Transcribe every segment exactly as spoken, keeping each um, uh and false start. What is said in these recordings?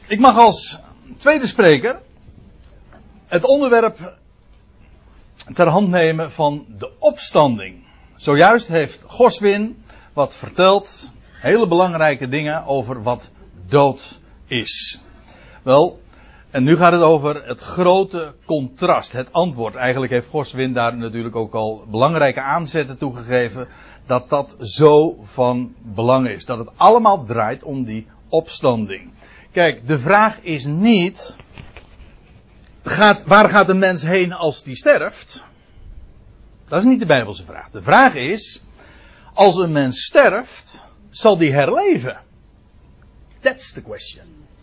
Ik mag als tweede spreker het onderwerp ter hand nemen van de opstanding. Zojuist heeft Goswin wat verteld, hele belangrijke dingen over wat dood is. Wel, en nu gaat het over het grote contrast, het antwoord. Eigenlijk heeft Goswin daar natuurlijk ook al belangrijke aanzetten toegegeven, dat dat zo van belang is. Dat het allemaal draait om die opstanding. Kijk, de vraag is niet, gaat, waar gaat een mens heen als die sterft? Dat is niet de Bijbelse vraag. De vraag is, als een mens sterft, zal die herleven? That's the question.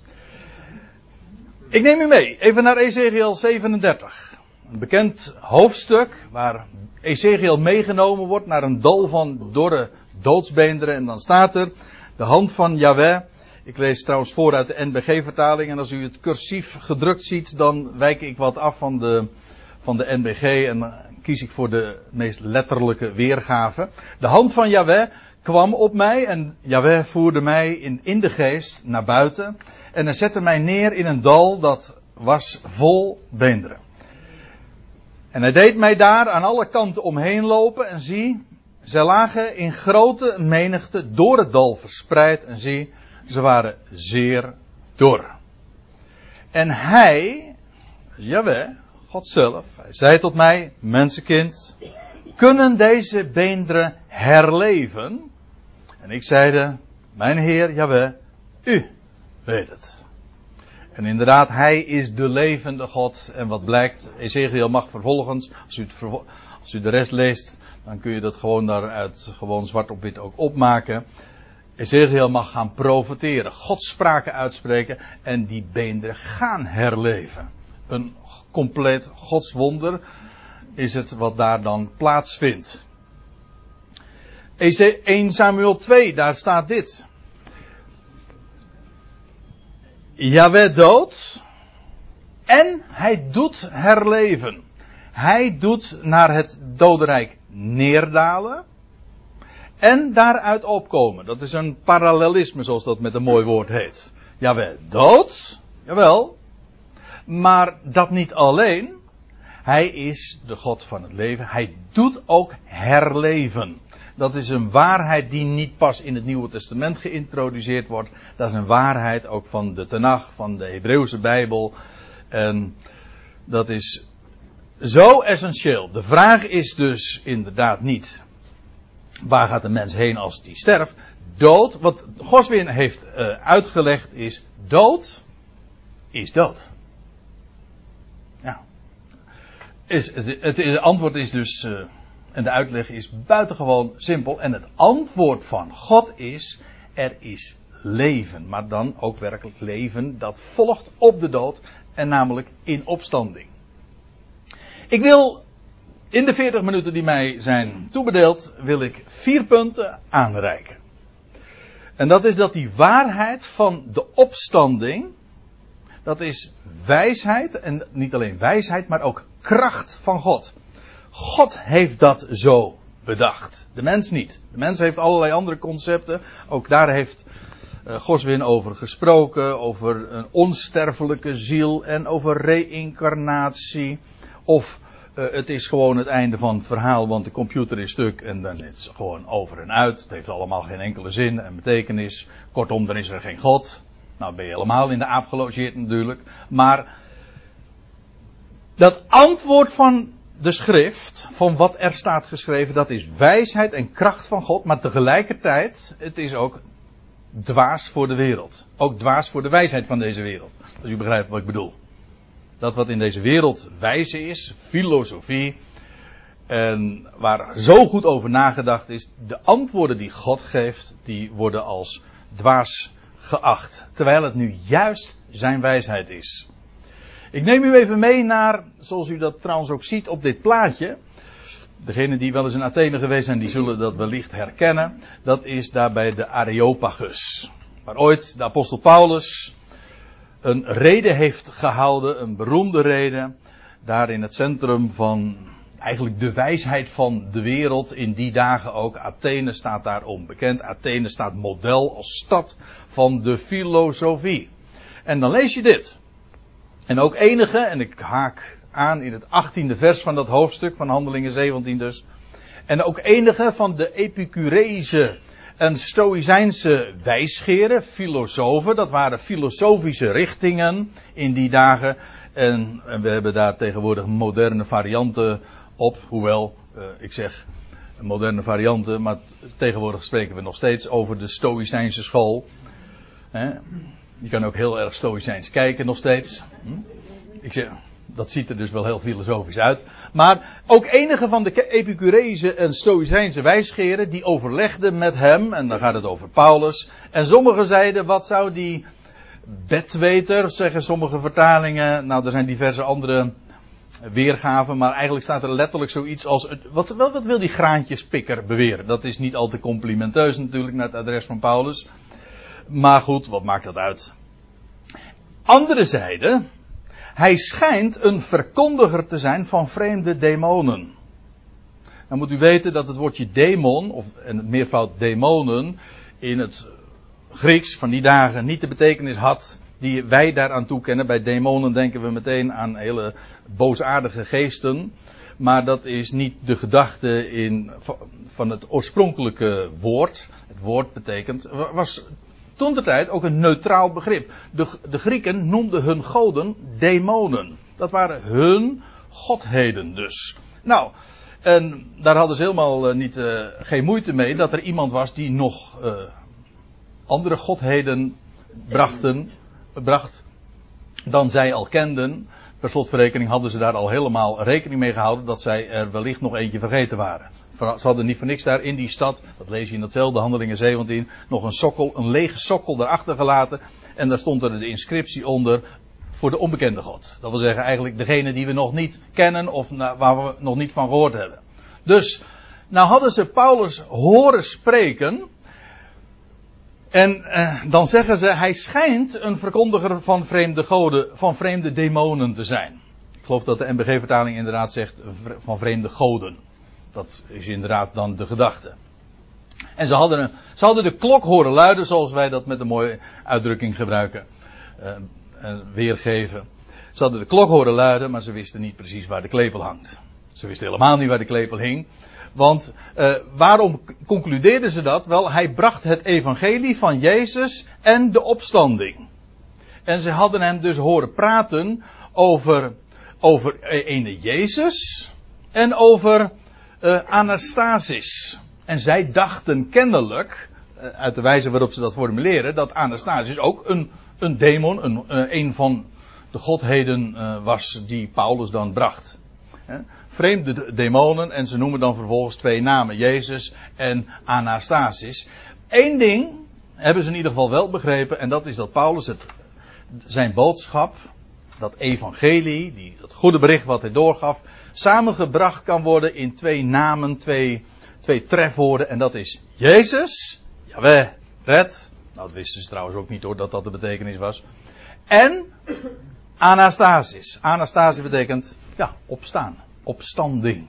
Ik neem u mee, even naar Ezechiel zevenendertig. Een bekend hoofdstuk waar Ezechiel meegenomen wordt naar een dal van dorre doodsbeenderen. En dan staat er, de hand van Yahweh. Ik lees trouwens voor uit de N B G-vertaling. En als u het cursief gedrukt ziet, dan wijk ik wat af van de, van de N B G. En dan kies ik voor de meest letterlijke weergave. De hand van Yahweh kwam op mij en Yahweh voerde mij in, in de geest naar buiten. En hij zette mij neer in een dal dat was vol beenderen. En hij deed mij daar aan alle kanten omheen lopen. En zie, zij lagen in grote menigte door het dal verspreid. En zie, ze waren zeer dor. En hij, Yahweh, God zelf, hij zei tot mij, mensenkind, kunnen deze beenderen herleven? En ik zeide, mijn Heer, Yahweh, u weet het. En inderdaad, hij is de levende God. En wat blijkt, Ezechiel mag vervolgens, als u, het vervol- als u de rest leest, dan kun je dat gewoon daaruit gewoon zwart op wit ook opmaken. Ezechiel mag gaan profeteren, Godsspraken uitspreken en die beenderen gaan herleven. Een compleet godswonder is het wat daar dan plaatsvindt. Eerste Samuel twee, daar staat dit. Yahweh doodt en hij doet herleven. Hij doet naar het dodenrijk neerdalen en daaruit opkomen. Dat is een parallelisme, zoals dat met een mooi woord heet. Yahweh doodt, jawel, maar dat niet alleen. Hij is de God van het leven. Hij doet ook herleven. Dat is een waarheid die niet pas in het Nieuwe Testament geïntroduceerd wordt. Dat is een waarheid ook van de Tenach, van de Hebreeuwse Bijbel. En dat is zo essentieel. De vraag is dus inderdaad niet, waar gaat de mens heen als die sterft? Dood, wat Goswin heeft uh, uitgelegd is, dood is dood. Ja. Is, het, het, het antwoord is dus, uh, en de uitleg is buitengewoon simpel. En het antwoord van God is, er is leven. Maar dan ook werkelijk leven dat volgt op de dood. En namelijk in opstanding. Ik wil, in de veertig minuten die mij zijn toebedeeld, wil ik vier punten aanreiken. En dat is dat die waarheid van de opstanding, dat is wijsheid, en niet alleen wijsheid, maar ook kracht van God. God heeft dat zo bedacht. De mens niet. De mens heeft allerlei andere concepten. Ook daar heeft uh, Goswin over gesproken. Over een onsterfelijke ziel en over reïncarnatie. Of uh, het is gewoon het einde van het verhaal, want de computer is stuk en dan is het gewoon over en uit. Het heeft allemaal geen enkele zin en betekenis. Kortom, dan is er geen God. Nou ben je helemaal in de aap gelogeerd natuurlijk. Maar dat antwoord van de schrift, van wat er staat geschreven, dat is wijsheid en kracht van God. Maar tegelijkertijd, het is ook dwaas voor de wereld. Ook dwaas voor de wijsheid van deze wereld. Als u begrijpt wat ik bedoel. Dat wat in deze wereld wijze is, filosofie, en waar zo goed over nagedacht is, de antwoorden die God geeft, die worden als dwaas geacht. Terwijl het nu juist zijn wijsheid is. Ik neem u even mee naar, zoals u dat trouwens ook ziet op dit plaatje. Degenen die wel eens in Athene geweest zijn, die zullen dat wellicht herkennen. Dat is daarbij de Areopagus. Waar ooit de apostel Paulus een rede heeft gehouden, een beroemde rede. Daar in het centrum van eigenlijk de wijsheid van de wereld. In die dagen ook. Athene staat daarom bekend. Athene staat model als stad van de filosofie. En dan lees je dit. En ook enige, en ik haak aan in het achttiende vers van dat hoofdstuk van Handelingen zeventien dus. En ook enige van de Epicureïsche en Stoïcijnse wijsgeren, filosofen, dat waren filosofische richtingen in die dagen. En, en we hebben daar tegenwoordig moderne varianten op, hoewel, uh, ik zeg moderne varianten, maar t- tegenwoordig spreken we nog steeds over de Stoïcijnse school. He? Je kan ook heel erg Stoïcijns kijken nog steeds. Hm? Ik zeg, dat ziet er dus wel heel filosofisch uit. Maar ook enige van de Epicureïsche en Stoïcijnse wijsgeren die overlegden met hem, en dan gaat het over Paulus. En sommigen zeiden, wat zou die bedweter, zeggen sommige vertalingen, nou er zijn diverse andere weergaven, maar eigenlijk staat er letterlijk zoiets als, wat, wat wil die graantjespikker beweren? Dat is niet al te complimenteus natuurlijk naar het adres van Paulus. Maar goed, wat maakt dat uit? Andere zijde, hij schijnt een verkondiger te zijn van vreemde demonen. Dan moet u weten dat het woordje demon, of en het meervoud demonen, in het Grieks van die dagen niet de betekenis had die wij daaraan toekennen. Bij demonen denken we meteen aan hele boosaardige geesten. Maar dat is niet de gedachte in, van het oorspronkelijke woord. Het woord betekent, was toentertijd ook een neutraal begrip. De, de Grieken noemden hun goden demonen. Dat waren hun godheden dus. Nou, en daar hadden ze helemaal uh, niet, uh, geen moeite mee dat er iemand was die nog uh, andere godheden brachten, bracht dan zij al kenden. Per slotverrekening hadden ze daar al helemaal rekening mee gehouden dat zij er wellicht nog eentje vergeten waren. Ze hadden niet voor niks daar in die stad, dat lees je in datzelfde Handelingen zeventien, nog een sokkel, een lege sokkel daarachter gelaten. En daar stond er de inscriptie onder voor de onbekende God. Dat wil zeggen eigenlijk degene die we nog niet kennen of waar we nog niet van gehoord hebben. Dus, nou hadden ze Paulus horen spreken. En eh, dan zeggen ze, hij schijnt een verkondiger van vreemde goden, van vreemde demonen te zijn. Ik geloof dat de N B G-vertaling inderdaad zegt van vreemde goden. Dat is inderdaad dan de gedachte. En ze hadden, ze hadden de klok horen luiden, zoals wij dat met een mooie uitdrukking gebruiken. Uh, uh, weergeven. Ze hadden de klok horen luiden, maar ze wisten niet precies waar de klepel hangt. Ze wisten helemaal niet waar de klepel hing. Want uh, waarom concludeerden ze dat? Wel, hij bracht het evangelie van Jezus en de opstanding. En ze hadden hem dus horen praten over, over ene Jezus en over uh, Anastasis. En zij dachten kennelijk, uh, uit de wijze waarop ze dat formuleren, dat Anastasis ook een, een demon, een, uh, een van de godheden uh, was die Paulus dan bracht. Uh, vreemde demonen, en ze noemen dan vervolgens twee namen, Jezus en Anastasis. Eén ding hebben ze in ieder geval wel begrepen, en dat is dat Paulus het, zijn boodschap, dat evangelie, die, dat goede bericht wat hij doorgaf, samengebracht kan worden in twee namen, twee, twee trefwoorden, en dat is Jezus, Jaweh, red, nou dat wisten ze trouwens ook niet hoor, dat dat de betekenis was, en Anastasis. Anastasis betekent, ja, opstaan. Opstanding.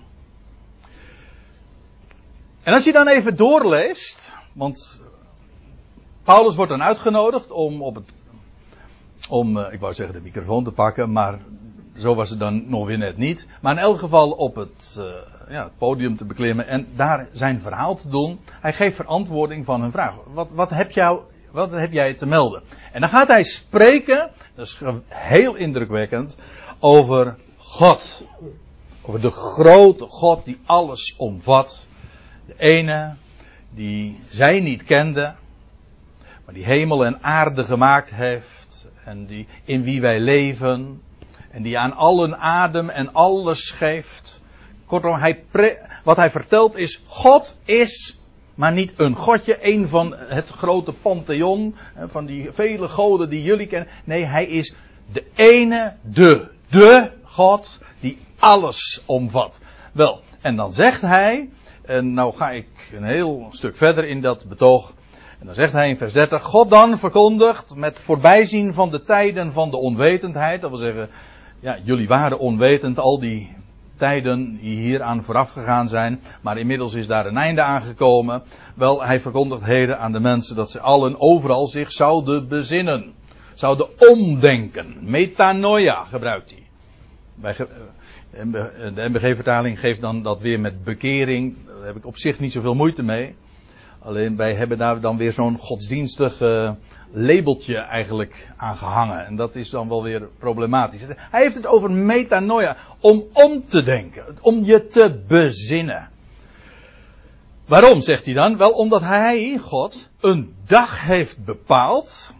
En als je dan even doorleest, want Paulus wordt dan uitgenodigd om op het, om, ik wou zeggen de microfoon te pakken, maar zo was het dan nog weer net niet. Maar in elk geval op het, uh, ja, het podium te beklimmen en daar zijn verhaal te doen. Hij geeft verantwoording van hun vraag. Wat, wat, heb jou, wat heb jij te melden? En dan gaat hij spreken, dat is heel indrukwekkend, over God. Over de grote God die alles omvat. De ene die zij niet kende, maar die hemel en aarde gemaakt heeft. En die in wie wij leven. En die aan allen adem en alles geeft. Kortom, hij pre- wat hij vertelt is, God is, maar niet een godje, een van het grote pantheon, van die vele goden die jullie kennen. Nee, hij is de ene, de, de God die alles omvat. Wel, en dan zegt hij, en nou ga ik een heel stuk verder in dat betoog. En dan zegt hij in vers dertig, God dan verkondigt met voorbijzien van de tijden van de onwetendheid. Dat wil zeggen, ja, jullie waren onwetend al die tijden die hieraan vooraf gegaan zijn. Maar inmiddels is daar een einde aangekomen. Wel, hij verkondigt heden aan de mensen dat ze allen overal zich zouden bezinnen. zouden omdenken. Metanoia gebruikt hij. Bij, de M B G-vertaling geeft dan dat weer met bekering. Daar heb ik op zich niet zoveel moeite mee. Alleen wij hebben daar dan weer zo'n godsdienstig uh, labeltje eigenlijk aan gehangen. En dat is dan wel weer problematisch. Hij heeft het over metanoia. Om om te denken. Om je te bezinnen. Waarom, zegt hij dan? Wel omdat hij, God, een dag heeft bepaald.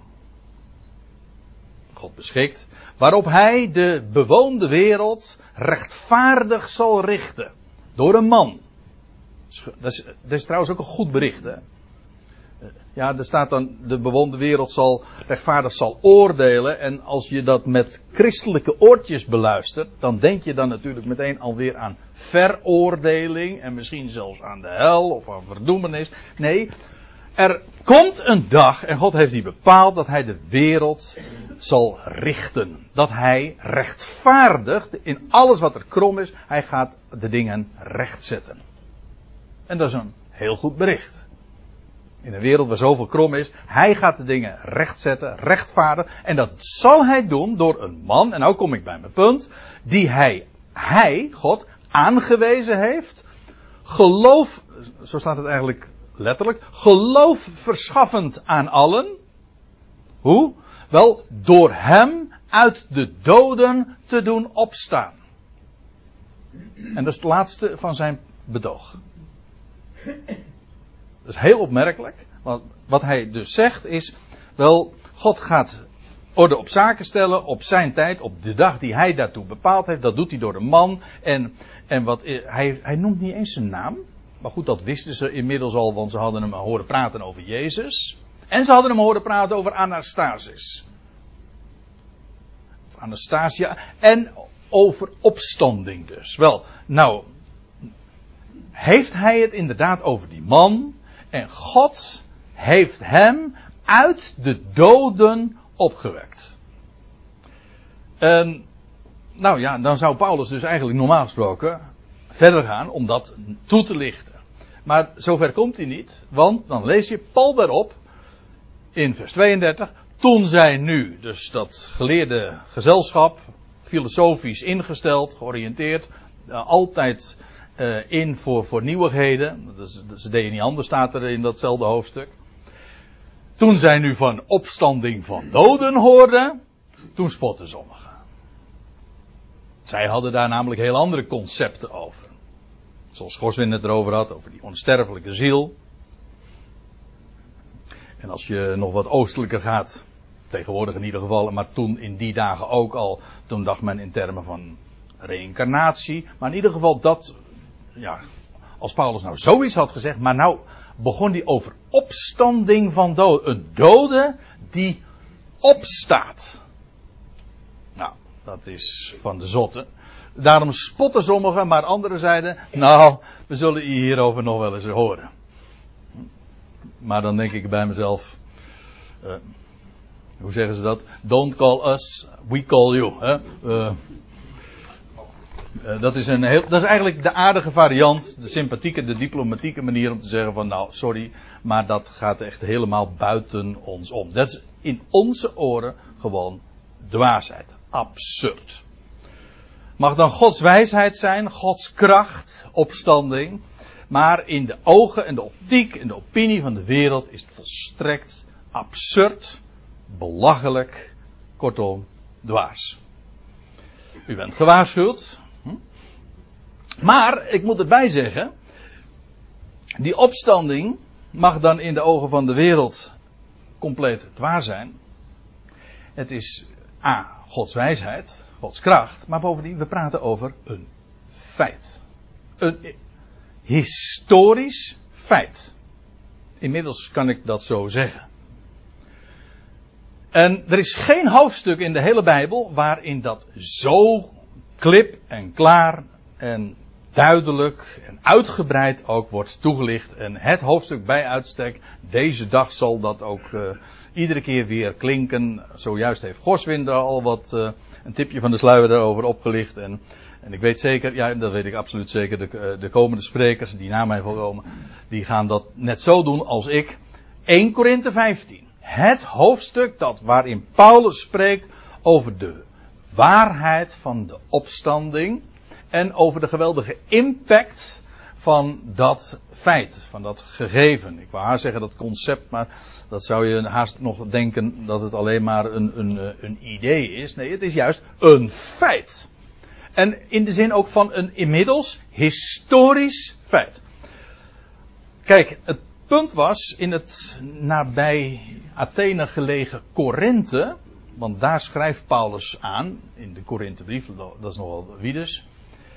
God beschikt. Waarop hij de bewoonde wereld rechtvaardig zal richten. Door een man. Dat is, dat is trouwens ook een goed bericht. Hè? Ja, er staat dan, de bewoonde wereld zal rechtvaardig zal oordelen. En als je dat met christelijke oortjes beluistert, dan denk je dan natuurlijk meteen alweer aan veroordeling. En misschien zelfs aan de hel of aan verdoemenis. Nee, er komt een dag, en God heeft die bepaald, dat hij de wereld zal richten. Dat hij rechtvaardigt in alles wat er krom is. Hij gaat de dingen rechtzetten. En dat is een heel goed bericht. In een wereld waar zoveel krom is. Hij gaat de dingen rechtzetten, rechtvaardigen. En dat zal hij doen door een man, en nou kom ik bij mijn punt. Die hij, hij, God, aangewezen heeft. Geloof, zo staat het eigenlijk letterlijk. Geloof verschaffend aan allen. Hoe? Wel, door hem uit de doden te doen opstaan. En dat is het laatste van zijn betoog. Dat is heel opmerkelijk. Want wat hij dus zegt is, wel, God gaat orde op zaken stellen op zijn tijd, op de dag die hij daartoe bepaald heeft. Dat doet hij door de man. En, en wat, hij, hij noemt niet eens zijn naam. Maar goed, dat wisten ze inmiddels al, want ze hadden hem horen praten over Jezus. En ze hadden hem horen praten over Anastasis. Of Anastasia. En over opstanding dus. Wel, nou, heeft hij het inderdaad over die man. En God heeft hem uit de doden opgewekt. En, nou ja, dan zou Paulus dus eigenlijk normaal gesproken verder gaan om dat toe te lichten. Maar zover komt hij niet, want dan lees je Paul daarop in vers tweeëndertig. Toen zij nu, dus dat geleerde gezelschap, filosofisch ingesteld, georiënteerd, uh, altijd uh, in voor, voor nieuwigheden. Dat is, dat, ze deden niet anders, staat er in datzelfde hoofdstuk. Toen zij nu van opstanding van doden hoorden, toen spotten sommigen. Zij hadden daar namelijk heel andere concepten over. Zoals Goswin het erover had, over die onsterfelijke ziel. En als je nog wat oostelijker gaat, tegenwoordig in ieder geval, maar toen in die dagen ook al, toen dacht men in termen van reïncarnatie. Maar in ieder geval dat, ja, als Paulus nou zoiets had gezegd, maar nou begon hij over opstanding van doden. Een dode die opstaat. Nou, dat is van de zotte. Daarom spotten sommigen, maar anderen zeiden, nou, we zullen hierover nog wel eens horen. Maar dan denk ik bij mezelf, uh, hoe zeggen ze dat? Don't call us, we call you. Hè? Uh, uh, dat is een heel, dat is eigenlijk de aardige variant, de sympathieke, de diplomatieke manier om te zeggen van, nou, sorry, maar dat gaat echt helemaal buiten ons om. Dat is in onze oren gewoon dwaasheid. Absurd. Mag dan Gods wijsheid zijn, Gods kracht, opstanding. Maar in de ogen en de optiek en de opinie van de wereld is het volstrekt absurd, belachelijk, kortom, dwaas. U bent gewaarschuwd. Maar, ik moet erbij zeggen, die opstanding mag dan in de ogen van de wereld compleet dwaas zijn. Het is A, Gods wijsheid, Gods kracht, maar bovendien, we praten over een feit. Een historisch feit. Inmiddels kan ik dat zo zeggen. En er is geen hoofdstuk in de hele Bijbel waarin dat zo klip en klaar en duidelijk en uitgebreid ook wordt toegelicht. En het hoofdstuk bij uitstek, deze dag zal dat ook uh, iedere keer weer klinken. Zojuist heeft Goswin er al wat, uh, een tipje van de sluier daarover opgelicht. En, en ik weet zeker, ja dat weet ik absoluut zeker, de, de komende sprekers die na mij komen, die gaan dat net zo doen als ik. Eerste Korinthe vijftien. het hoofdstuk dat waarin Paulus spreekt over de waarheid van de opstanding en over de geweldige impact van dat feit, van dat gegeven. Ik wou haast zeggen dat concept, maar dat zou je haast nog denken dat het alleen maar een, een, een idee is. Nee, het is juist een feit. En in de zin ook van een inmiddels historisch feit. Kijk, het punt was in het nabij Athene gelegen Korinthe, want daar schrijft Paulus aan, in de Korinthebrief, dat is nogal wie dus.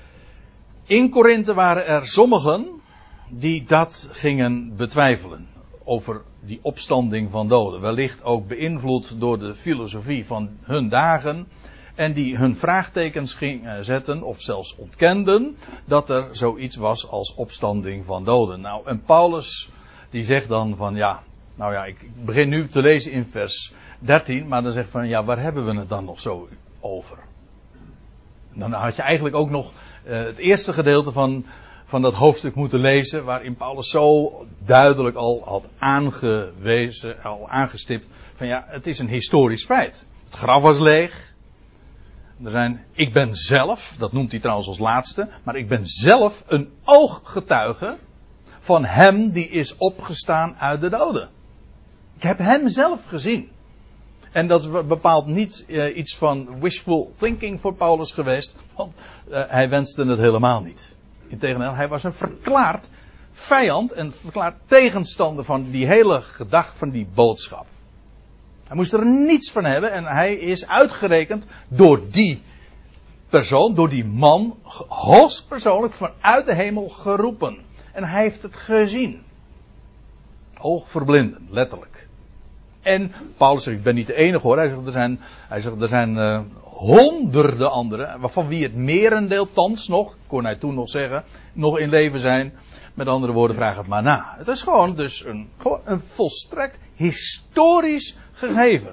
In Korinthe waren er sommigen die dat gingen betwijfelen. Over die opstanding van doden. Wellicht ook beïnvloed door de filosofie van hun dagen. En die hun vraagtekens gingen zetten, of zelfs ontkenden, dat er zoiets was als opstanding van doden. Nou, en Paulus, die zegt dan van ja, nou ja, ik begin nu te lezen in vers dertien, maar dan zegt van ja, waar hebben we het dan nog zo over? Dan had je eigenlijk ook nog uh, het eerste gedeelte van, van dat hoofdstuk moeten lezen, waarin Paulus zo duidelijk al had aangewezen, al aangestipt, van ja, het is een historisch feit. Het graf was leeg. Er zijn, ik ben zelf, dat noemt hij trouwens als laatste, maar ik ben zelf een ooggetuige van hem die is opgestaan uit de doden. Ik heb hem zelf gezien. En dat is bepaald niet uh, iets van wishful thinking voor Paulus geweest, want uh, hij wenste het helemaal niet. Integendeel, hij was een verklaard vijand en verklaard tegenstander van die hele gedachte van die boodschap. Hij moest er niets van hebben en hij is uitgerekend door die persoon, door die man, hoogstpersoonlijk vanuit de hemel geroepen. En hij heeft het gezien. Oogverblindend, letterlijk. En Paulus zegt, ik ben niet de enige hoor. Hij zegt, er zijn, hij zegt, er zijn uh, honderden anderen, waarvan wie het merendeel thans nog, kon hij toen nog zeggen, nog in leven zijn. Met andere woorden, vraag het maar na. Het is gewoon dus een, gewoon een volstrekt historisch gegeven.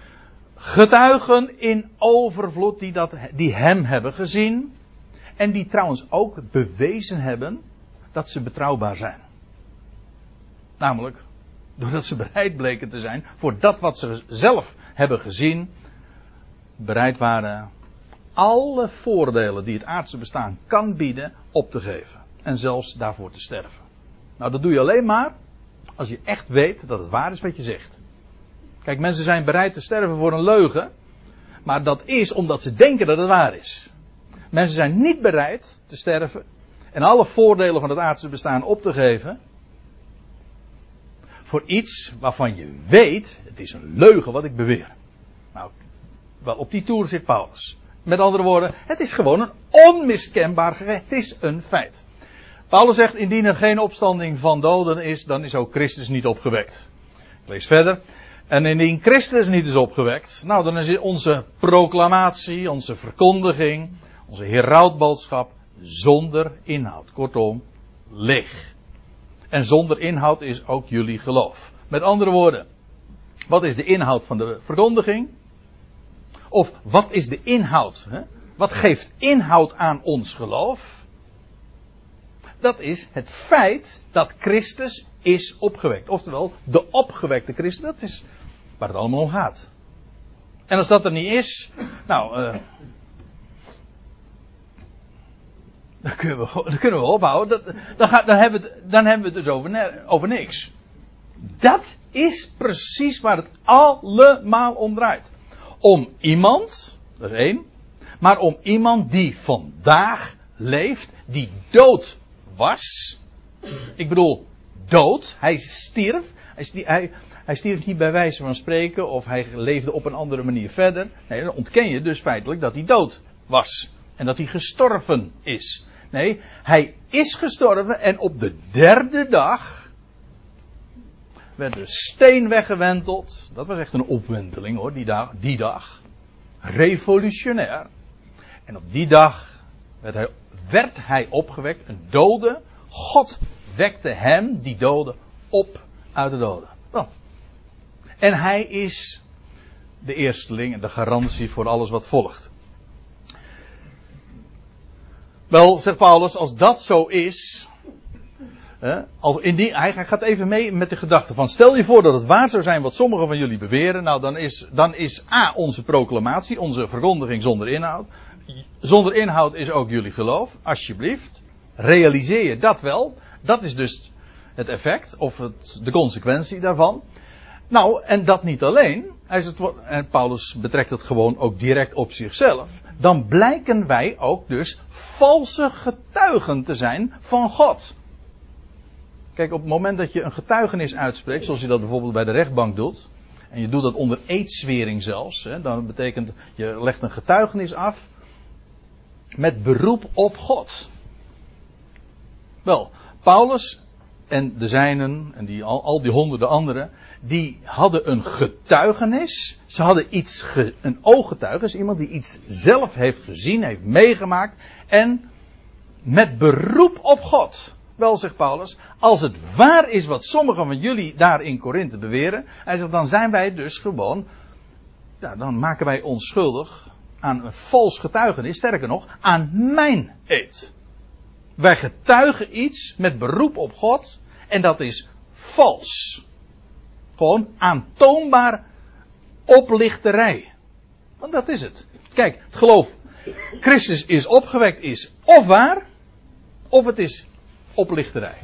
Getuigen in overvloed die, dat, die hem hebben gezien. En die trouwens ook bewezen hebben dat ze betrouwbaar zijn. Namelijk, doordat ze bereid bleken te zijn voor dat wat ze zelf hebben gezien. Bereid waren alle voordelen die het aardse bestaan kan bieden op te geven. En zelfs daarvoor te sterven. Nou, dat doe je alleen maar als je echt weet dat het waar is wat je zegt. Kijk, mensen zijn bereid te sterven voor een leugen. Maar dat is omdat ze denken dat het waar is. Mensen zijn niet bereid te sterven en alle voordelen van het aardse bestaan op te geven. Voor iets waarvan je weet, het is een leugen wat ik beweer. Nou, wel op die toer zit Paulus. Met andere woorden, het is gewoon een onmiskenbaar gegeven. Het is een feit. Paulus zegt, indien er geen opstanding van doden is, dan is ook Christus niet opgewekt. Ik lees verder. En indien Christus niet is opgewekt, nou dan is onze proclamatie, onze verkondiging, onze herautboodschap zonder inhoud. Kortom, leeg. En zonder inhoud is ook jullie geloof. Met andere woorden, wat is de inhoud van de verkondiging? Of wat is de inhoud? Hè? Wat geeft inhoud aan ons geloof? Dat is het feit dat Christus is opgewekt. Oftewel, de opgewekte Christus, dat is waar het allemaal om gaat. En als dat er niet is, nou, uh, dan, kunnen we, dan kunnen we ophouden. Dat, dan, gaat, dan, hebben we het, dan hebben we het dus over, ne- over niks. Dat is precies waar het allemaal om draait. Om iemand, dat is één, maar om iemand die vandaag leeft, die dood was. Ik bedoel, dood. Hij stierf. Hij stierf, hij, hij stierf niet bij wijze van spreken of hij leefde op een andere manier verder. Nee, dan ontken je dus feitelijk dat hij dood was. En dat hij gestorven is. Nee, hij is gestorven en op de derde dag werd de steen weggewenteld. Dat was echt een opwenteling hoor, die dag. Die dag. Revolutionair. En op die dag werd hij, werd hij opgewekt, een dode. God wekte hem, die dode, op uit de doden. Wel. En hij is de eersteling en de garantie voor alles wat volgt. Wel, zegt Paulus, als dat zo is, Uh, al in die, hij gaat even mee met de gedachte van, stel je voor dat het waar zou zijn wat sommigen van jullie beweren. Nou, dan is, dan is A, onze proclamatie, onze verkondiging zonder inhoud. Zonder inhoud is ook jullie geloof, alsjeblieft. Realiseer je dat wel. Dat is dus het effect, of het, de consequentie daarvan. Nou, en dat niet alleen. Hij is het, en Paulus betrekt het gewoon ook direct op zichzelf. Dan blijken wij ook dus valse getuigen te zijn van God. Kijk, op het moment dat je een getuigenis uitspreekt, zoals je dat bijvoorbeeld bij de rechtbank doet, en je doet dat onder eedzwering zelfs, hè, dan betekent je legt een getuigenis af met beroep op God. Wel, Paulus en de zijnen en die, al, al die honderden anderen, die hadden een getuigenis. Ze hadden iets, ge, een ooggetuige, iemand die iets zelf heeft gezien, heeft meegemaakt, en met beroep op God. Wel, zegt Paulus, als het waar is wat sommigen van jullie daar in Korinthe beweren, hij zegt, dan zijn wij dus gewoon, ja, dan maken wij ons schuldig aan een vals getuigenis, sterker nog, aan mijn eed. Wij getuigen iets met beroep op God, en dat is vals. Gewoon aantoonbaar oplichterij. Want dat is het. Kijk, het geloof, Christus is opgewekt, is of waar, of het is oplichterij.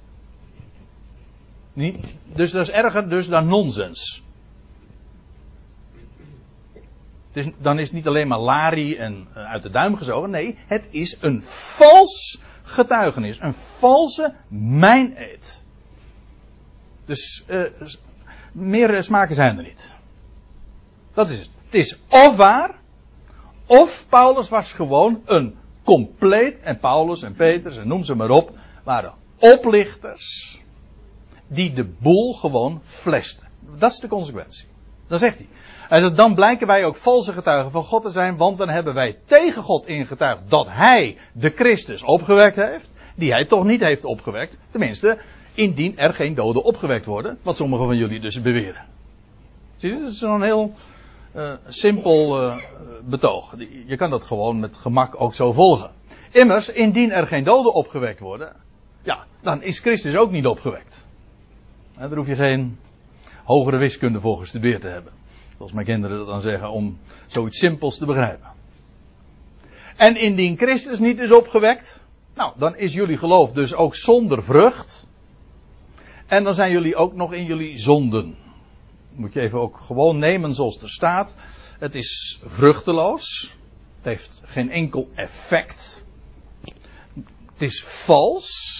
Niet, dus dat is erger dus dan nonsens. Het is, dan is het niet alleen maar Lari en uh, uit de duim gezogen. Nee, het is een vals getuigenis. Een valse mijn-eed. Dus uh, meer uh, smaken zijn er niet. Dat is het. Het is of waar, of Paulus was gewoon een compleet, en Paulus en Petrus en noem ze maar op, waren oplichters die de boel gewoon flesten. Dat is de consequentie. Dan zegt hij. En dan blijken wij ook valse getuigen van God te zijn, want dan hebben wij tegen God ingetuigd dat hij de Christus opgewekt heeft, die hij toch niet heeft opgewekt. Tenminste, indien er geen doden opgewekt worden, wat sommigen van jullie dus beweren. Zie je, dat is zo'n heel uh, simpel uh, betoog. Je kan dat gewoon met gemak ook zo volgen. Immers, indien er geen doden opgewekt worden, ja, dan is Christus ook niet opgewekt. En daar hoef je geen hogere wiskunde voor gestudeerd te hebben. Zoals mijn kinderen dat dan zeggen, om zoiets simpels te begrijpen. En indien Christus niet is opgewekt, nou, dan is jullie geloof dus ook zonder vrucht. En dan zijn jullie ook nog in jullie zonden. Moet je even ook gewoon nemen zoals er staat. Het is vruchteloos. Het heeft geen enkel effect. Het is vals.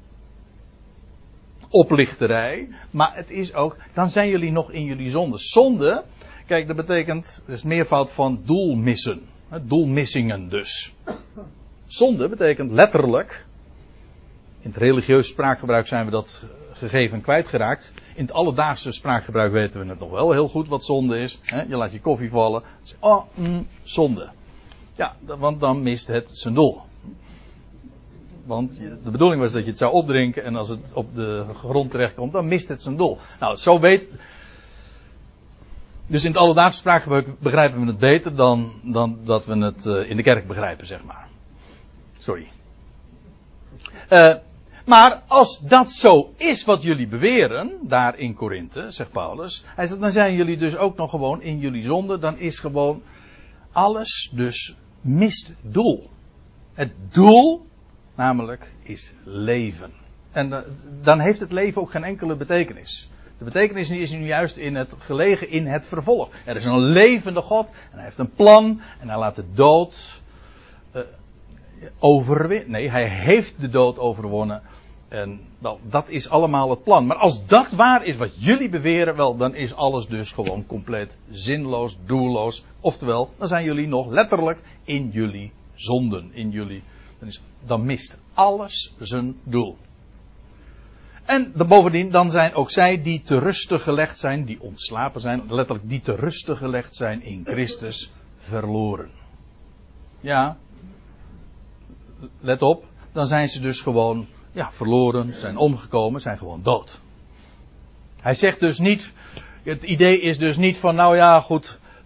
Oplichterij. Maar het is ook, dan zijn jullie nog in jullie zonde. Zonde, kijk, dat betekent, dat is meervoud van doelmissen. Doelmissingen dus. Zonde betekent letterlijk, in het religieus spraakgebruik zijn we dat gegeven kwijtgeraakt. In het alledaagse spraakgebruik weten we het nog wel heel goed wat zonde is. Je laat je koffie vallen. Oh, mm, zonde. Ja, want dan mist het zijn doel. Want de bedoeling was dat je het zou opdrinken en als het op de grond terechtkomt, dan mist het zijn doel. Nou, zo weet. Dus in het alledaagse spraakgebruik begrijpen we het beter dan, dan dat we het uh, in de kerk begrijpen, zeg maar. Sorry. Uh, maar als dat zo is wat jullie beweren, daar in Korinthe, zegt Paulus, hij zegt, dan zijn jullie dus ook nog gewoon in jullie zonde, dan is gewoon alles dus mist doel. Het doel, namelijk, is leven. En uh, dan heeft het leven ook geen enkele betekenis. De betekenis is nu juist in het gelegen in het vervolg. Er is een levende God en hij heeft een plan en hij laat de dood uh, overwinnen. Nee, hij heeft de dood overwonnen. En wel, dat is allemaal het plan. Maar als dat waar is wat jullie beweren, wel, dan is alles dus gewoon compleet zinloos, doelloos. Oftewel, dan zijn jullie nog letterlijk in jullie zonden. In jullie, dan, is, dan mist alles zijn doel. En dan bovendien, dan zijn ook zij die te rusten gelegd zijn, die ontslapen zijn, letterlijk die te rusten gelegd zijn in Christus, verloren. Ja, let op, dan zijn ze dus gewoon, ja, verloren, zijn omgekomen, zijn gewoon dood. Hij zegt dus niet, het idee is dus niet van, nou ja, goed,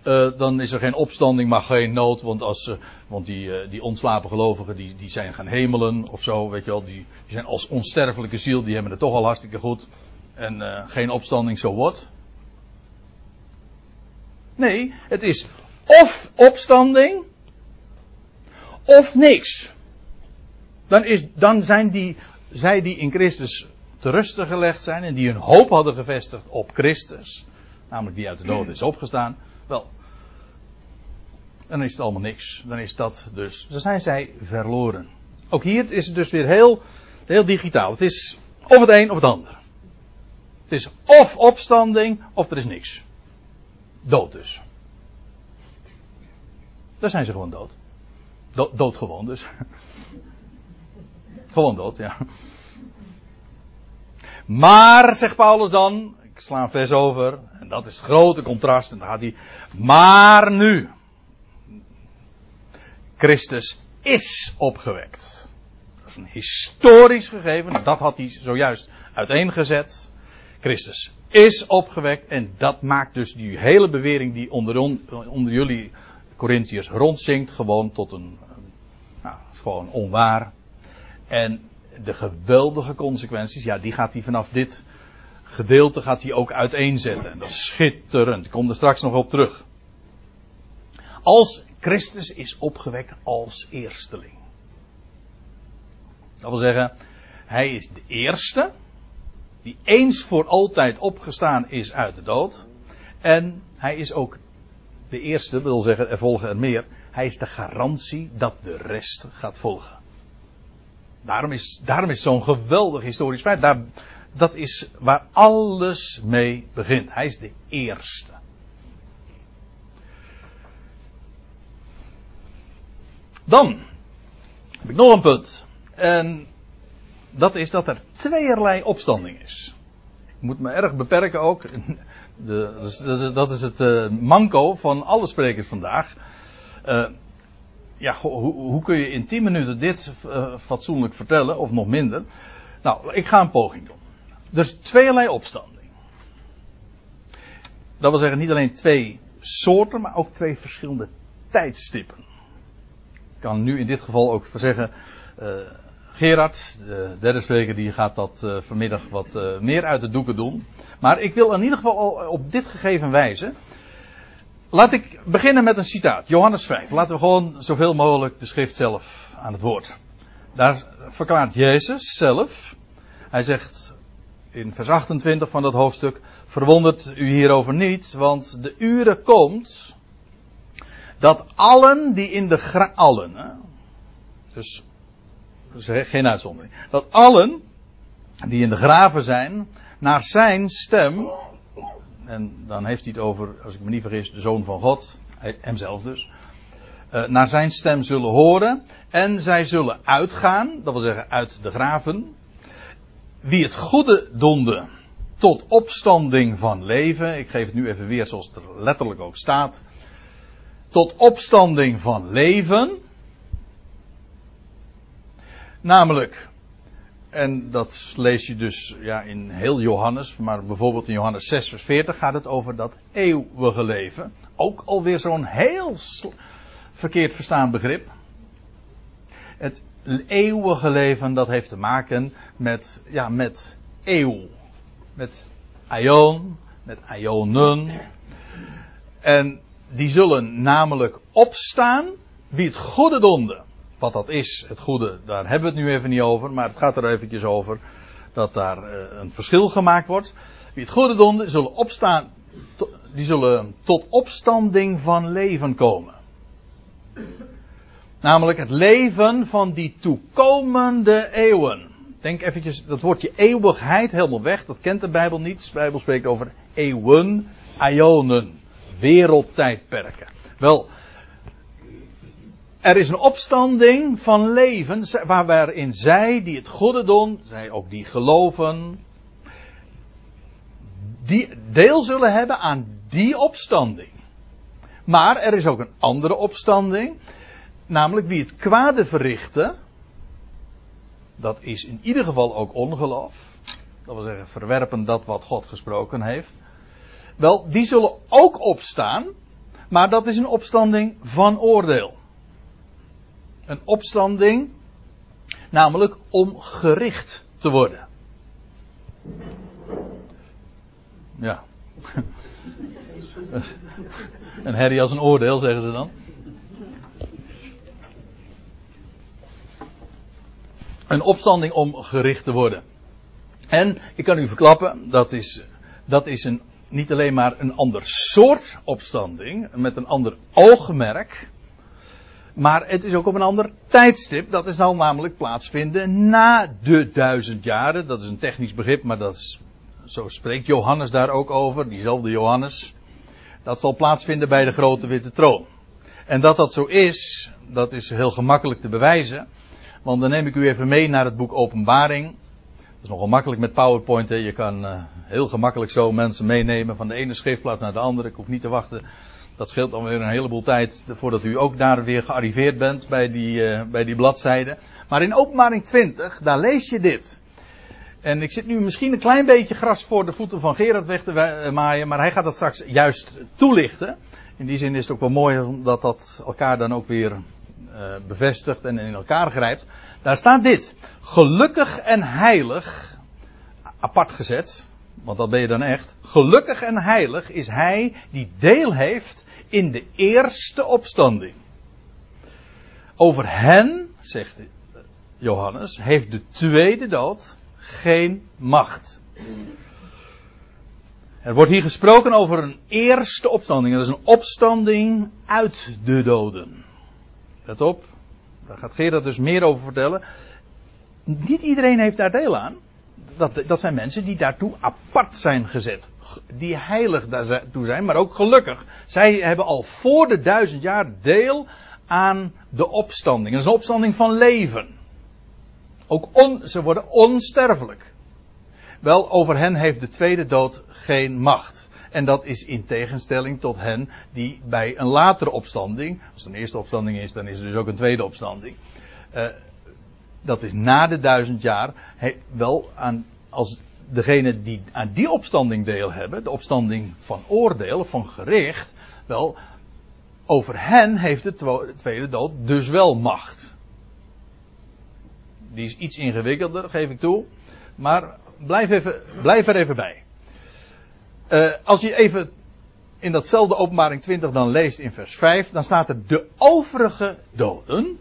Uh, dan is er geen opstanding, maar geen nood. Want, als, uh, want die, uh, die ontslapen gelovigen, die, die zijn gaan hemelen of zo, weet je wel. Die, die zijn als onsterfelijke ziel, die hebben het toch al hartstikke goed. En uh, geen opstanding, zo wordt. Nee, het is of opstanding, of niks. Dan, is, dan zijn die, zij die in Christus te rusten gelegd zijn en die hun hoop hadden gevestigd op Christus, namelijk die uit de dood is opgestaan, wel, dan is het allemaal niks. Dan is dat dus, dan zijn zij verloren. Ook hier is het dus weer heel, heel digitaal. Het is of het een of het ander. Het is of opstanding, of er is niks. Dood dus. Dan zijn ze gewoon dood. Do- dood gewoon dus. Gewoon dood, ja. Maar, zegt Paulus dan, ik sla een vers over, en dat is het grote contrast, en dan gaat hij, maar nu, Christus is opgewekt. Dat is een historisch gegeven, dat had hij zojuist uiteengezet. Christus is opgewekt, en dat maakt dus die hele bewering die onder, on, onder jullie Corinthiërs rondzinkt, gewoon tot een, nou, gewoon onwaar. En de geweldige consequenties, ja, die gaat hij vanaf dit gedeelte gaat hij ook uiteenzetten. En dat is schitterend. Ik kom er straks nog op terug. Als Christus is opgewekt als eersteling. Dat wil zeggen, hij is de eerste die eens voor altijd opgestaan is uit de dood. En hij is ook de eerste, dat wil zeggen, er volgen er meer. Hij is de garantie dat de rest gaat volgen. Daarom is, daarom is zo'n geweldig historisch feit. Daar, dat is waar alles mee begint. Hij is de eerste. Dan heb ik nog een punt. En dat is dat er tweeërlei opstanding is. Ik moet me erg beperken ook. De, dat, is, dat is het uh, manco van alle sprekers vandaag. Uh, Ja, hoe, hoe kun je in tien minuten dit uh, fatsoenlijk vertellen, of nog minder? Nou, ik ga een poging doen. Er is tweeërlei opstanding. Dat wil zeggen niet alleen twee soorten, maar ook twee verschillende tijdstippen. Ik kan nu in dit geval ook zeggen, uh, Gerard, de derde spreker, die gaat dat uh, vanmiddag wat uh, meer uit de doeken doen. Maar ik wil in ieder geval al op dit gegeven wijzen. Laat ik beginnen met een citaat. Johannes vijf. Laten we gewoon zoveel mogelijk de schrift zelf aan het woord. Daar verklaart Jezus zelf. Hij zegt in vers achtentwintig van dat hoofdstuk. Verwondert u hierover niet. Want de uren komt. Dat allen die in de gra... Allen. Hè? Dus, dus geen uitzondering. Dat allen die in de graven zijn. Naar zijn stem... En dan heeft hij het over, als ik me niet vergis, de Zoon van God. Hemzelf dus. Uh, naar zijn stem zullen horen. En zij zullen uitgaan. Dat wil zeggen uit de graven. Wie het goede donde tot opstanding van leven. Ik geef het nu even weer zoals het er letterlijk ook staat. Tot opstanding van leven. Namelijk... En dat lees je dus ja, in heel Johannes, maar bijvoorbeeld in Johannes zes vers veertig gaat het over dat eeuwige leven. Ook alweer zo'n heel sl- verkeerd verstaan begrip. Het eeuwige leven, dat heeft te maken met, ja, met eeuw. Met aion, met aionen. En die zullen namelijk opstaan, wie het goede donde. Wat dat is, het goede, daar hebben we het nu even niet over. Maar het gaat er eventjes over dat daar uh, een verschil gemaakt wordt. Wie het goede doen, zullen opstaan, to, die zullen tot opstanding van leven komen. Namelijk het leven van die toekomende eeuwen. Denk eventjes, dat woordje eeuwigheid helemaal weg. Dat kent de Bijbel niet. De Bijbel spreekt over eeuwen, aionen, wereldtijdperken. Wel... Er is een opstanding van leven, waarin zij die het goede doen, zij ook die geloven, die deel zullen hebben aan die opstanding. Maar er is ook een andere opstanding, namelijk wie het kwade verrichten, dat is in ieder geval ook ongeloof, dat wil zeggen verwerpen dat wat God gesproken heeft. Wel, die zullen ook opstaan, Maar dat is een opstanding van oordeel. Een opstanding, namelijk om gericht te worden. Ja. Een herrie als een oordeel, zeggen ze dan. Een opstanding om gericht te worden. En ik kan u verklappen, dat is, dat is een, niet alleen maar een ander soort opstanding, met een ander oogmerk, maar het is ook op een ander tijdstip. Dat zal namelijk plaatsvinden na de duizend jaren. Dat is een technisch begrip, maar dat is, zo spreekt Johannes daar ook over, diezelfde Johannes. Dat zal plaatsvinden bij de grote witte troon. En dat dat zo is, dat is heel gemakkelijk te bewijzen. Want dan neem ik u even mee naar het boek Openbaring. Dat is nogal makkelijk met PowerPoint. Hè. Je kan uh, heel gemakkelijk zo mensen meenemen van de ene schriftplaats naar de andere. Ik hoef niet te wachten. Dat scheelt dan weer een heleboel tijd voordat u ook daar weer gearriveerd bent bij die, uh, bij die bladzijde. Maar in Openbaring twintig, daar lees je dit. En ik zit nu misschien een klein beetje gras voor de voeten van Gerard weg te maaien, maar hij gaat dat straks juist toelichten. In die zin is het ook wel mooi dat dat elkaar dan ook weer uh, bevestigt en in elkaar grijpt. Daar staat dit. Gelukkig en heilig, apart gezet, want dat ben je dan echt. Gelukkig en heilig is hij die deel heeft in de eerste opstanding. Over hen, zegt Johannes, heeft de tweede dood geen macht. Er wordt hier gesproken over een eerste opstanding. Dat is een opstanding uit de doden. Let op, daar gaat Gerard dus meer over vertellen. Niet iedereen heeft daar deel aan. Dat, dat zijn mensen die daartoe apart zijn gezet. Die heilig daartoe zijn, maar ook gelukkig. Zij hebben al voor de duizend jaar deel aan de opstanding. Dat is een opstanding van leven. Ook on, ze worden onsterfelijk. Wel, over hen heeft de tweede dood geen macht. En dat is in tegenstelling tot hen die bij een latere opstanding, als er een eerste opstanding is, dan is er dus ook een tweede opstanding. Uh, dat is na de duizend jaar, he, wel aan, als degene die aan die opstanding deel hebben, de opstanding van oordeel, van gericht, wel, over hen heeft de tweede dood dus wel macht. Die is iets ingewikkelder, geef ik toe. Maar blijf, even, blijf er even bij. Uh, als je even in datzelfde Openbaring twintig dan leest in vers vijf, dan staat er de overige doden.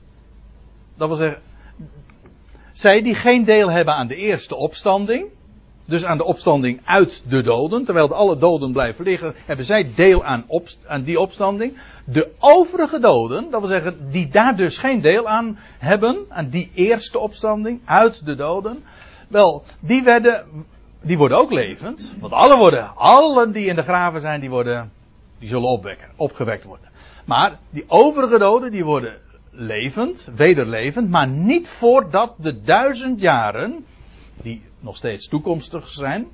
Dat wil zeggen, zij die geen deel hebben aan de eerste opstanding, dus aan de opstanding uit de doden, terwijl de alle doden blijven liggen, hebben zij deel aan, opst- aan die opstanding. De overige doden, dat wil zeggen, die daar dus geen deel aan hebben, aan die eerste opstanding uit de doden, wel, die werden, die worden ook levend, want alle worden, alle die in de graven zijn, die worden, die zullen opwekken, opgewekt worden. Maar die overige doden, die worden levend, wederlevend, maar niet voordat de duizend jaren, die nog steeds toekomstig zijn.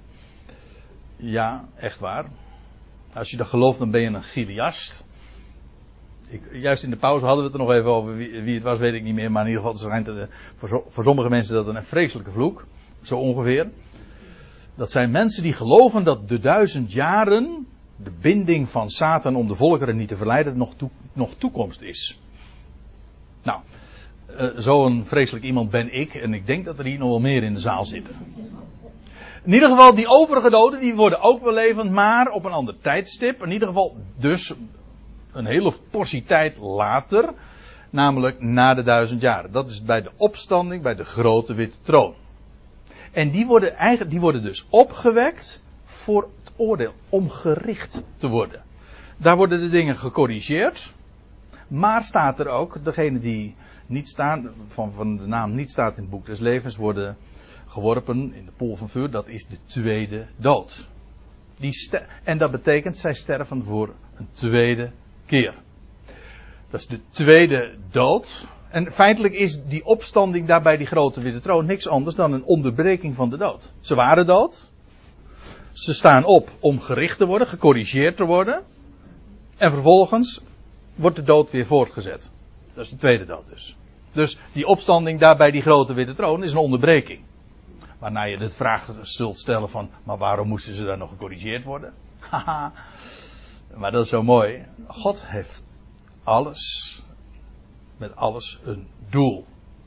Ja, echt waar. Als je dat gelooft, dan ben je een Gileast. Ik, juist in de pauze hadden we het er nog even over. Wie, wie het was, weet ik niet meer. Maar in ieder geval, het schijnt uh, voor, voor sommige mensen dat een vreselijke vloek. Zo ongeveer. Dat zijn mensen die geloven dat de duizend jaren, de binding van Satan om de volkeren niet te verleiden, nog, toe, nog toekomst is. Nou, uh, zo'n vreselijk iemand ben ik. En ik denk dat er hier nog wel meer in de zaal zitten. In ieder geval, die overige doden, die worden ook wel levend, maar op een ander tijdstip. In ieder geval, dus een hele portie tijd later. Namelijk na de duizend jaren. Dat is bij de opstanding, bij de grote witte troon. En die worden, eigenlijk, die worden dus opgewekt voor het oordeel. Om gericht te worden. Daar worden de dingen gecorrigeerd. Maar staat er ook, degene die niet staan, van, van de naam niet staat in het boek des levens, worden geworpen in de poel van vuur. Dat is de tweede dood. Die ster- en dat betekent, zij sterven voor een tweede keer. Dat is de tweede dood. En feitelijk is die opstanding daar bij die grote witte troon niks anders dan een onderbreking van de dood. Ze waren dood. Ze staan op om gericht te worden, gecorrigeerd te worden. En vervolgens wordt de dood weer voortgezet. Dat is de tweede dood dus. Dus die opstanding daar bij die grote witte troon is een onderbreking. Waarna je de vraag zult stellen van, maar waarom moesten ze daar nog gecorrigeerd worden? Haha. Maar dat is zo mooi. God heeft alles, met alles een doel.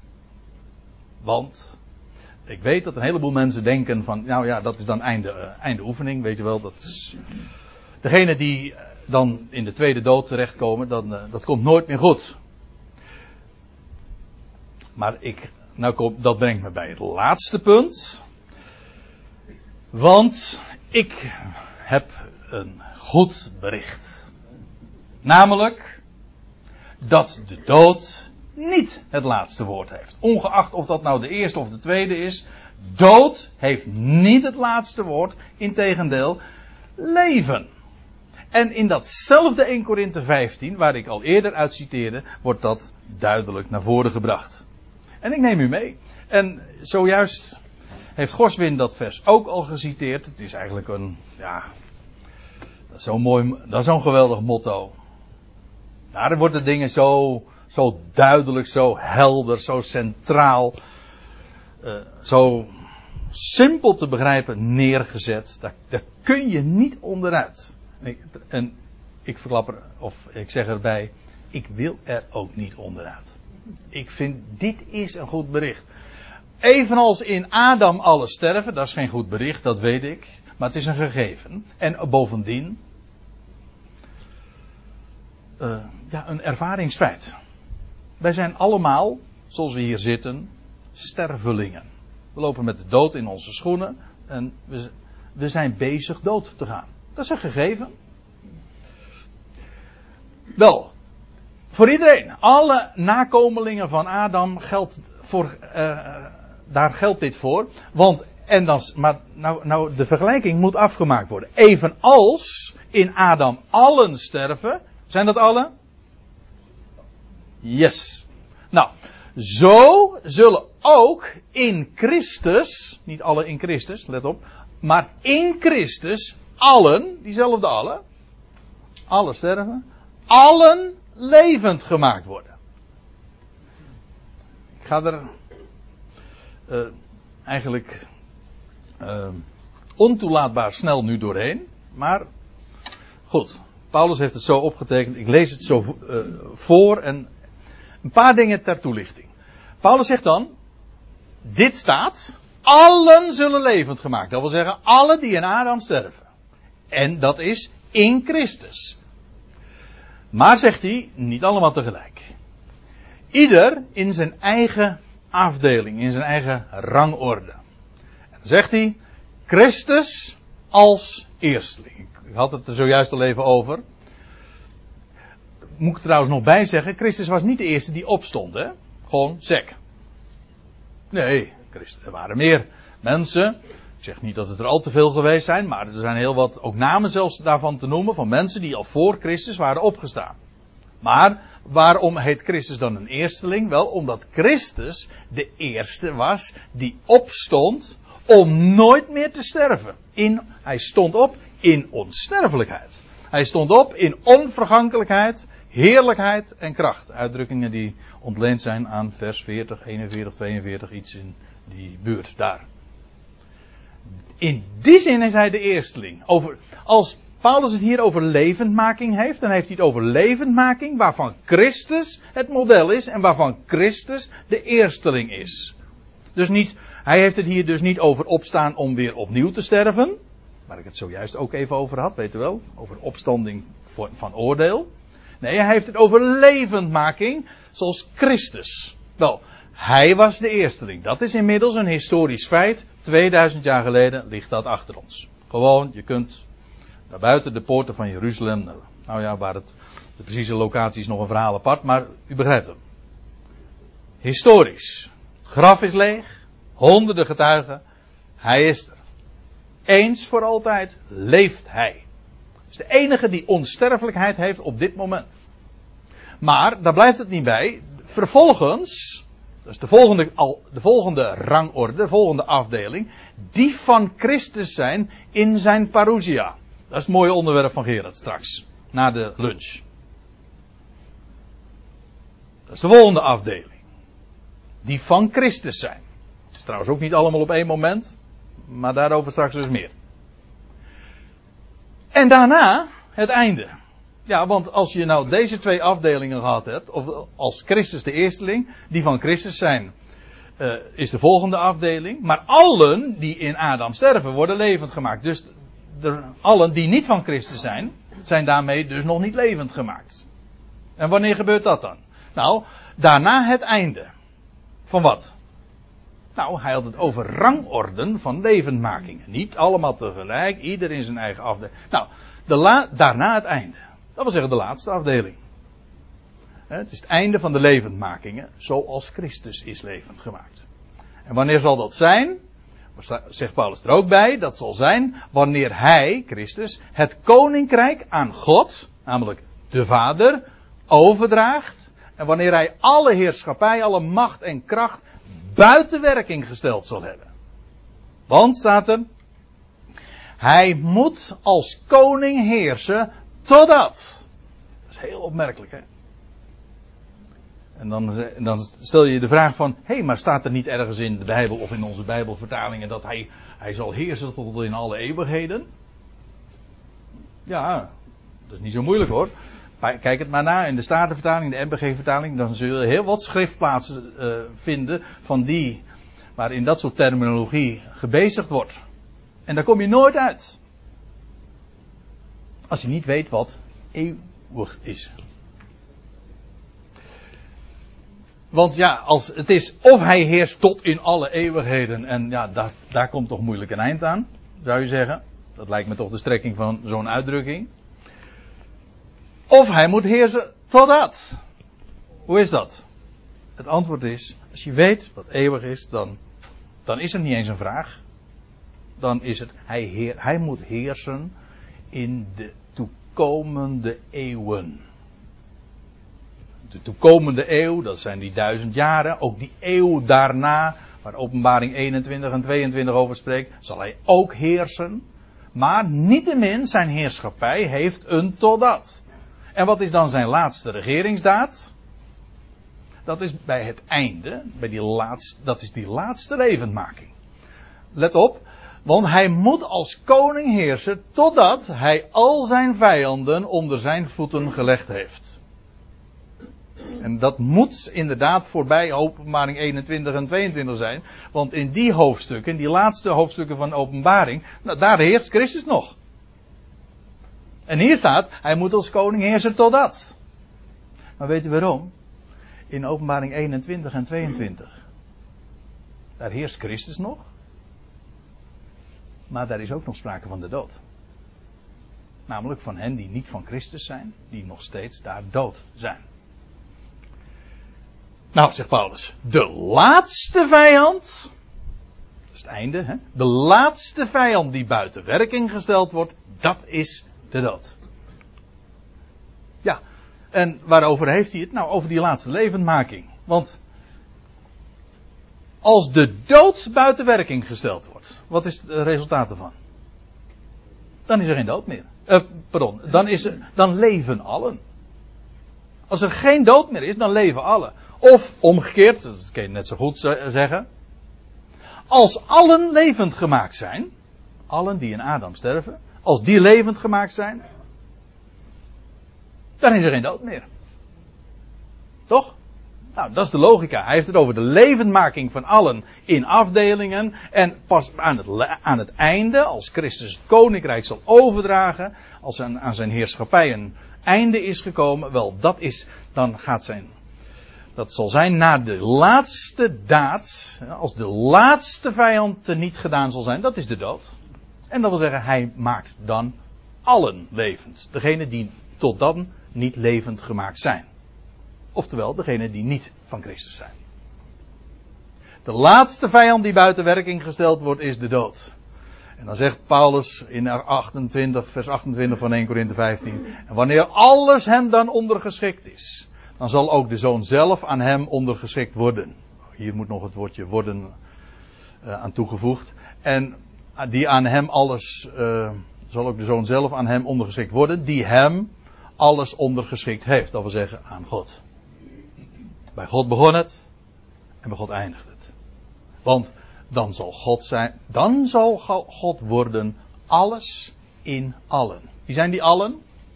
Want ik weet dat een heleboel mensen denken van, nou ja, dat is dan einde, uh, einde oefening, weet je wel. Dat is, degene die dan in de tweede dood terechtkomen, dan, uh, dat komt nooit meer goed. Maar ik, nou kom, dat brengt me bij het laatste punt. Want ik heb een goed bericht. Namelijk dat de dood niet het laatste woord heeft. Ongeacht of dat nou de eerste of de tweede is. Dood heeft niet het laatste woord. Integendeel, leven. En in datzelfde eerste Korinthe vijftien, waar ik al eerder uit citeerde, wordt dat duidelijk naar voren gebracht. En ik neem u mee. En zojuist heeft Goswin dat vers ook al geciteerd. Het is eigenlijk een, ja, dat is zo'n mooi, dat is zo'n geweldig motto. Daar worden dingen zo, zo duidelijk, zo helder, zo centraal, uh, zo simpel te begrijpen neergezet. Daar, daar kun je niet onderuit. En ik, en ik verklap er, of ik zeg erbij, ik wil er ook niet onderuit. Ik vind, dit is een goed bericht. Evenals in Adam alle sterven, dat is geen goed bericht, dat weet ik. Maar het is een gegeven. En bovendien, uh, ja, een ervaringsfeit. Wij zijn allemaal, zoals we hier zitten, stervelingen. We lopen met de dood in onze schoenen en we, we zijn bezig dood te gaan. Dat is een gegeven. Wel, voor iedereen, alle nakomelingen van Adam geldt voor, uh, daar geldt dit voor. Want, en dan, maar nou, nou, de vergelijking moet afgemaakt worden. Evenals in Adam allen sterven. Zijn dat allen? Yes. Nou, zo zullen ook in Christus, niet alle in Christus, let op, maar in Christus allen, diezelfde allen, allen sterven, allen levend gemaakt worden. Ik ga er uh, eigenlijk uh, ontoelaatbaar snel nu doorheen, maar goed, Paulus heeft het zo opgetekend, ik lees het zo uh, voor en een paar dingen ter toelichting. Paulus zegt dan, dit staat, allen zullen levend gemaakt. Dat wil zeggen, alle die in Adam sterven. En dat is in Christus. Maar zegt hij, niet allemaal tegelijk. Ieder in zijn eigen afdeling, in zijn eigen rangorde. En dan zegt hij, Christus als eersteling. Ik had het er zojuist al even over. Moet ik trouwens nog bij zeggen, Christus was niet de eerste die opstond, hè? Gewoon sec. Nee, Christus, er waren meer mensen. Ik zeg niet dat het er al te veel geweest zijn, maar er zijn heel wat, ook namen zelfs daarvan te noemen, van mensen die al voor Christus waren opgestaan. Maar waarom heet Christus dan een eersteling? Wel, omdat Christus de eerste was die opstond om nooit meer te sterven. In, hij stond op in onsterfelijkheid. Hij stond op in onvergankelijkheid, heerlijkheid en kracht. Uitdrukkingen die ontleend zijn aan vers veertig, eenenveertig, tweeënveertig, iets in die buurt daar. In die zin is hij de eersteling. Over, als Paulus het hier over levendmaking heeft, dan heeft hij het over levendmaking waarvan Christus het model is en waarvan Christus de eersteling is. Dus niet, hij heeft het hier dus niet over opstaan om weer opnieuw te sterven, waar ik het zojuist ook even over had, weet u wel, over opstanding van oordeel. Nee, hij heeft het over levendmaking zoals Christus. Wel, hij was de eersteling. Dat is inmiddels een historisch feit. tweeduizend jaar geleden ligt dat achter ons. Gewoon, je kunt daar buiten de poorten van Jeruzalem, nou ja, waar het, de precieze locatie is nog een verhaal apart, maar u begrijpt hem. Historisch. Het graf is leeg, honderden getuigen, hij is er. Eens voor altijd leeft hij. Is de enige die onsterfelijkheid heeft op dit moment. Maar, daar blijft het niet bij. Vervolgens, dus de volgende, al, de volgende rangorde, de volgende afdeling, die van Christus zijn in zijn parousia. Dat is het mooie onderwerp van Gerard straks, na de lunch. Dat is de volgende afdeling. Die van Christus zijn. Het is trouwens ook niet allemaal op één moment, maar daarover straks dus meer. En daarna het einde. Ja, want als je nou deze twee afdelingen gehad hebt, of als Christus de eersteling, die van Christus zijn, uh, is de volgende afdeling. Maar allen die in Adam sterven, worden levend gemaakt. Dus de, allen die niet van Christus zijn, zijn daarmee dus nog niet levend gemaakt. En wanneer gebeurt dat dan? Nou, daarna het einde. Van wat? Nou, hij had het over rangorden van levendmakingen. Niet allemaal tegelijk, ieder in zijn eigen afdeling. Nou, de la- daarna het einde. Dat wil zeggen de laatste afdeling. Het is het einde van de levendmakingen, zoals Christus is levend gemaakt. En wanneer zal dat zijn? Zegt Paulus er ook bij, dat zal zijn wanneer hij, Christus, het koninkrijk aan God, namelijk de Vader, overdraagt. En wanneer hij alle heerschappij, alle macht en kracht buiten werking gesteld zal hebben. Want, staat er, hij moet als koning heersen totdat. Dat is heel opmerkelijk, hè. En dan, dan stel je de vraag van, hé, hey, maar staat er niet ergens in de Bijbel of in onze Bijbelvertalingen dat hij, hij zal heersen tot in alle eeuwigheden? Ja, dat is niet zo moeilijk hoor. Kijk het maar na in de Statenvertaling, de N B G-vertaling, dan zul je heel wat schriftplaatsen uh, vinden van die waarin dat soort terminologie gebezigd wordt. En daar kom je nooit uit. Als je niet weet wat eeuwig is. Want ja, als het is of hij heerst tot in alle eeuwigheden. En ja, daar, daar komt toch moeilijk een eind aan, zou je zeggen. Dat lijkt me toch de strekking van zo'n uitdrukking. Of hij moet heersen totdat. Hoe is dat? Het antwoord is, als je weet wat eeuwig is, dan, dan is het niet eens een vraag. Dan is het, hij, heer, hij moet heersen in de toekomende eeuwen. De toekomende eeuw, dat zijn die duizend jaren. Ook die eeuw daarna, waar Openbaring eenentwintig en tweeëntwintig over spreekt, zal hij ook heersen. Maar niettemin, zijn heerschappij heeft een totdat. En wat is dan zijn laatste regeringsdaad? Dat is bij het einde, bij die laatste, dat is die laatste levendmaking. Let op, want hij moet als koning heersen totdat hij al zijn vijanden onder zijn voeten gelegd heeft. En dat moet inderdaad voorbij Openbaring eenentwintig en tweeëntwintig zijn. Want in die hoofdstukken, die laatste hoofdstukken van Openbaring, nou, daar heerst Christus nog. En hier staat, hij moet als koning heersen totdat. Maar weet u waarom? In Openbaring eenentwintig en tweeëntwintig. Daar heerst Christus nog. Maar daar is ook nog sprake van de dood. Namelijk van hen die niet van Christus zijn, die nog steeds daar dood zijn. Nou, zegt Paulus, de laatste vijand, dat is het einde, hè? De laatste vijand die buiten werking gesteld wordt, dat is de dood. Ja, en waarover heeft hij het? Nou, over die laatste levendmaking. Want als de dood buiten werking gesteld wordt, wat is het resultaat ervan? Dan is er geen dood meer. Uh, pardon, dan, is er, dan leven allen. Als er geen dood meer is, dan leven allen. Of omgekeerd, dat kun je net zo goed zeggen. Als allen levend gemaakt zijn, allen die in Adam sterven, als die levend gemaakt zijn, dan is er geen dood meer. Toch? Nou, dat is de logica. Hij heeft het over de levendmaking van allen in afdelingen. En pas aan het, aan het einde, als Christus het koninkrijk zal overdragen, als aan, aan zijn heerschappij een einde is gekomen, wel, dat is, dan gaat zijn, dat zal zijn na de laatste daad, als de laatste vijand teniet gedaan zal zijn, dat is de dood. En dat wil zeggen, hij maakt dan allen levend. Degene die tot dan niet levend gemaakt zijn. Oftewel, degene die niet van Christus zijn. De laatste vijand die buiten werking gesteld wordt, is de dood. En dan zegt Paulus in achtentwintig, vers achtentwintig van Eerste Korinthe vijftien. En wanneer alles hem dan ondergeschikt is, dan zal ook de zoon zelf aan hem ondergeschikt worden. Hier moet nog het woordje worden uh, aan toegevoegd. En die aan hem alles, uh, zal ook de zoon zelf aan hem ondergeschikt worden, die hem alles ondergeschikt heeft. Dat wil zeggen aan God. Bij God begon het en bij God eindigt het. Want dan zal God zijn, dan zal God worden alles in allen. Wie zijn die allen?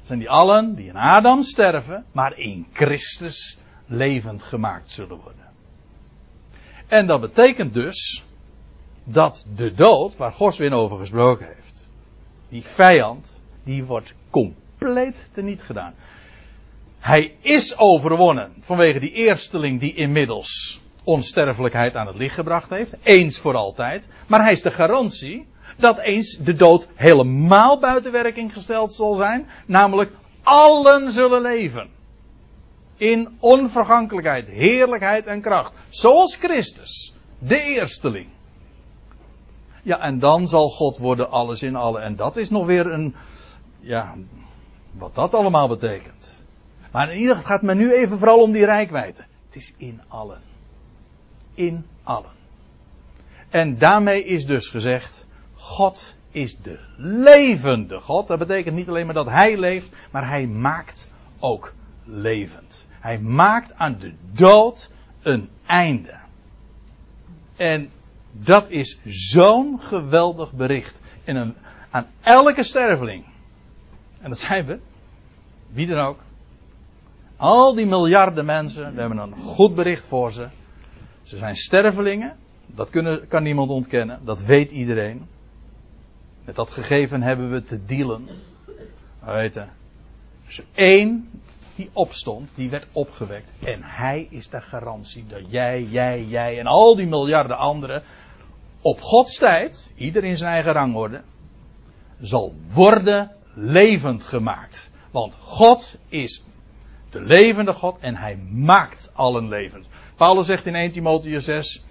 Dat zijn die allen die in Adam sterven, maar in Christus levend gemaakt zullen worden. En dat betekent dus dat de dood, waar Goswin over gesproken heeft, die vijand, die wordt compleet teniet gedaan. Hij is overwonnen vanwege die eersteling die inmiddels onsterfelijkheid aan het licht gebracht heeft. Eens voor altijd. Maar hij is de garantie dat eens de dood helemaal buiten werking gesteld zal zijn. Namelijk allen zullen leven. In onvergankelijkheid, heerlijkheid en kracht. Zoals Christus, de eersteling. Ja, en dan zal God worden alles in allen. En dat is nog weer een, ja, wat dat allemaal betekent. Maar in ieder geval gaat het me nu even vooral om die reikwijdte. Het is in allen. In allen. En daarmee is dus gezegd, God is de levende God. Dat betekent niet alleen maar dat Hij leeft, maar Hij maakt ook levend. Hij maakt aan de dood een einde. En dat is zo'n geweldig bericht. En een, aan elke sterveling. En dat zijn we. Wie dan ook. Al die miljarden mensen. We hebben een goed bericht voor ze. Ze zijn stervelingen. Dat kunnen, kan niemand ontkennen. Dat weet iedereen. Met dat gegeven hebben we te dealen. We weten. Dus één die opstond. Die werd opgewekt. En hij is de garantie dat jij, jij, jij en al die miljarden anderen. Op Gods tijd. Ieder in zijn eigen rangorde. Zal worden levend gemaakt. Want God is de levende God en hij maakt allen levend. Paulus zegt in eerste Timotheüs zes.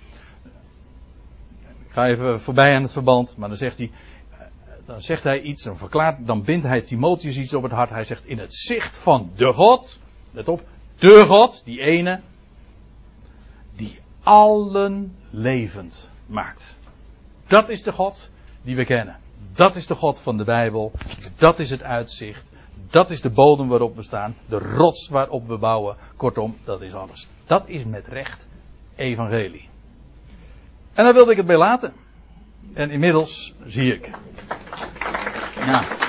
Ik ga even voorbij aan het verband, maar dan zegt hij. Dan zegt hij iets, dan verklaart, dan bindt hij Timotheus iets op het hart. Hij zegt in het zicht van de God. Let op, de God, die ene. Die allen levend maakt. Dat is de God die we kennen. Dat is de God van de Bijbel. Dat is het uitzicht. Dat is de bodem waarop we staan. De rots waarop we bouwen. Kortom, dat is alles. Dat is met recht evangelie. En daar wilde ik het bij laten. En inmiddels zie ik. Ja.